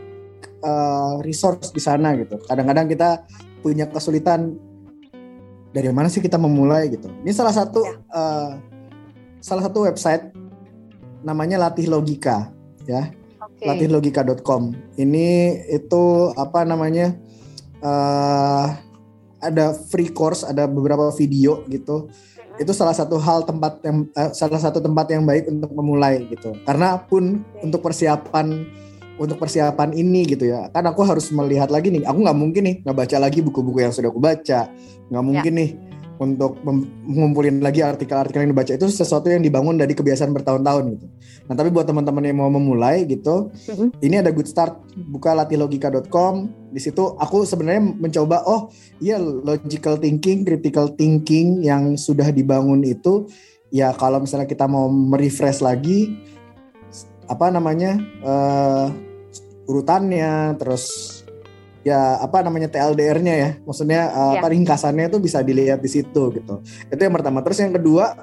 resource di sana gitu. Kadang-kadang kita punya kesulitan dari mana sih kita memulai gitu. Ini salah satu website namanya Latih Logika ya. Latihlogika.com. Ini itu ada free course, ada beberapa video gitu. Itu salah satu tempat yang baik untuk memulai gitu. Karena pun untuk persiapan ini gitu ya, kan aku harus melihat lagi nih, aku nggak mungkin nih ngebaca lagi buku-buku yang sudah aku baca, nggak mungkin nih untuk mengumpulin lagi artikel-artikel yang dibaca. Itu sesuatu yang dibangun dari kebiasaan bertahun-tahun gitu. Nah tapi buat teman-teman yang mau memulai gitu, ini ada good start, buka latihlogika.com. Di situ aku sebenarnya mencoba, logical thinking, critical thinking yang sudah dibangun itu, ya kalau misalnya kita mau merefresh lagi urutannya, terus ya TLDR-nya ya, maksudnya ringkasannya itu bisa dilihat di situ gitu. Itu yang pertama. Terus yang kedua,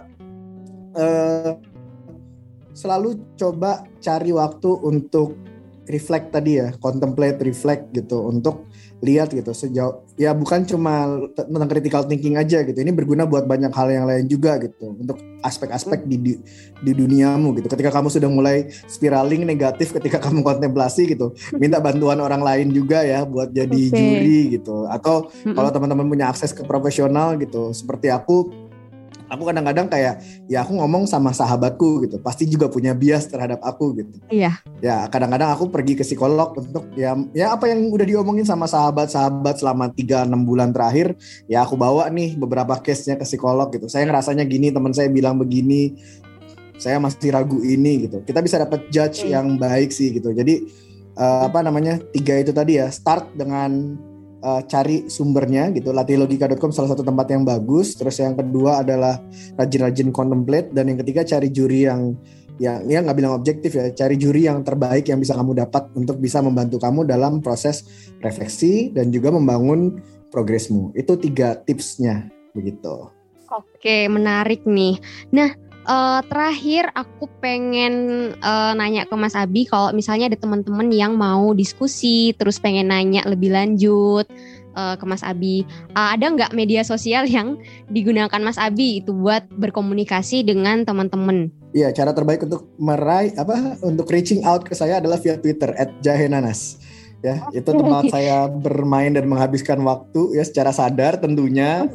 selalu coba cari waktu untuk reflect tadi ya, contemplate, reflect gitu, untuk lihat gitu sejauh, ya bukan cuma tentang critical thinking aja gitu. Ini berguna buat banyak hal yang lain juga gitu, untuk aspek-aspek di duniamu gitu. Ketika kamu sudah mulai spiraling negatif, ketika kamu kontemplasi gitu, minta bantuan orang lain juga ya buat jadi juri gitu. Atau kalau teman-teman punya akses ke profesional gitu, seperti aku aku kadang-kadang kayak ya aku ngomong sama sahabatku gitu, pasti juga punya bias terhadap aku gitu. Iya. Ya kadang-kadang aku pergi ke psikolog untuk ya apa yang udah diomongin sama sahabat-sahabat selama 3-6 bulan terakhir, ya aku bawa nih beberapa case-nya ke psikolog gitu. Saya ngerasanya gini, teman saya bilang begini, saya masih ragu ini gitu. Kita bisa dapat judge yang baik sih gitu. Jadi 3 itu tadi ya, start dengan cari sumbernya gitu. Latihlogika.com salah satu tempat yang bagus. Terus yang kedua adalah rajin-rajin contemplate, dan yang ketiga cari juri yang nggak bilang objektif ya, cari juri yang terbaik yang bisa kamu dapat untuk bisa membantu kamu dalam proses refleksi dan juga membangun progresmu. Itu 3 tipsnya begitu. Oke, menarik nih. Nah, terakhir aku pengen nanya ke Mas Abi, kalau misalnya ada teman-teman yang mau diskusi terus pengen nanya lebih lanjut ke Mas Abi, ada nggak media sosial yang digunakan Mas Abi itu buat berkomunikasi dengan teman-teman? Iya, cara terbaik untuk untuk reaching out ke saya adalah via Twitter @jahenanas. Ya, itu tempat saya bermain dan menghabiskan waktu ya secara sadar tentunya.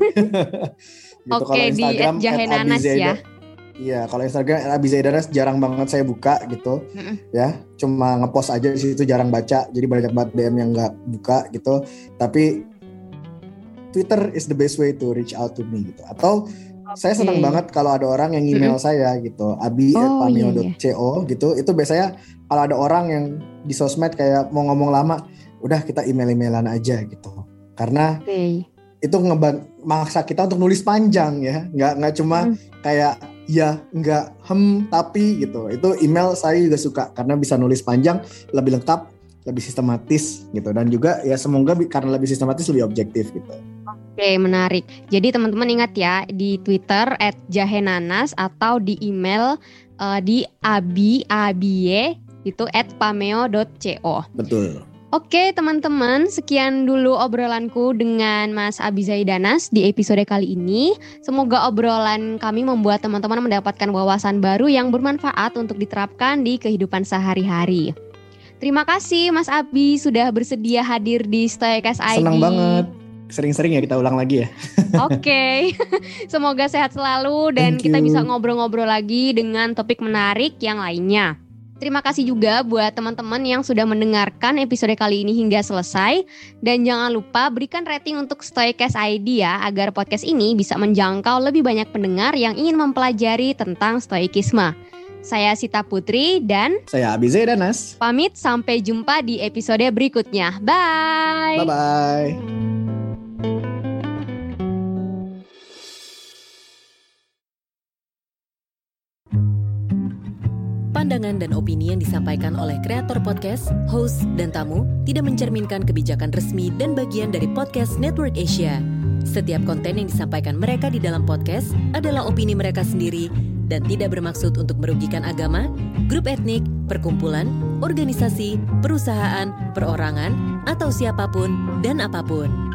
Gitu. Kalau Instagram di @jahenanas ya. Iya, kalau Instagram @abizaidanas jarang banget saya buka gitu. Ya, cuma ngepost aja di situ, jarang baca. Jadi banyak banget DM yang nggak buka gitu. Tapi Twitter is the best way to reach out to me gitu. Atau saya senang banget kalau ada orang yang email saya gitu, abi@pameo.co gitu. Itu biasanya kalau ada orang yang di sosmed kayak mau ngomong lama, udah kita email-emailan aja gitu. Karena itu maksa kita untuk nulis panjang ya, nggak cuma kayak ya nggak tapi gitu. Itu email saya juga suka karena bisa nulis panjang, lebih lengkap, lebih sistematis gitu, dan juga ya semoga karena lebih sistematis lebih objektif gitu. Oke, menarik. Jadi teman-teman ingat ya, di Twitter @jahenanas atau di email di abie itu @pameo.co. Betul. Oke teman-teman, sekian dulu obrolanku dengan Mas Abi Zaidanas di episode kali ini. Semoga obrolan kami membuat teman-teman mendapatkan wawasan baru yang bermanfaat untuk diterapkan di kehidupan sehari-hari. Terima kasih Mas Abi sudah bersedia hadir di Stoikas ID. Senang banget. Sering-sering ya kita ulang lagi ya. Oke. Semoga sehat selalu dan kita bisa ngobrol-ngobrol lagi dengan topik menarik yang lainnya. Terima kasih juga buat teman-teman yang sudah mendengarkan episode kali ini hingga selesai. Dan jangan lupa berikan rating untuk Stoikas ID ya, agar podcast ini bisa menjangkau lebih banyak pendengar yang ingin mempelajari tentang stoikisme. Saya Sita Putri dan saya Abi Zaidanas. Pamit, sampai jumpa di episode berikutnya. Bye. Bye-bye. Pandangan dan opini yang disampaikan oleh kreator podcast, host, dan tamu tidak mencerminkan kebijakan resmi dan bagian dari podcast Network Asia. Setiap konten yang disampaikan mereka di dalam podcast adalah opini mereka sendiri dan tidak bermaksud untuk merugikan agama, grup etnik, perkumpulan, organisasi, perusahaan, perorangan, atau siapapun dan apapun.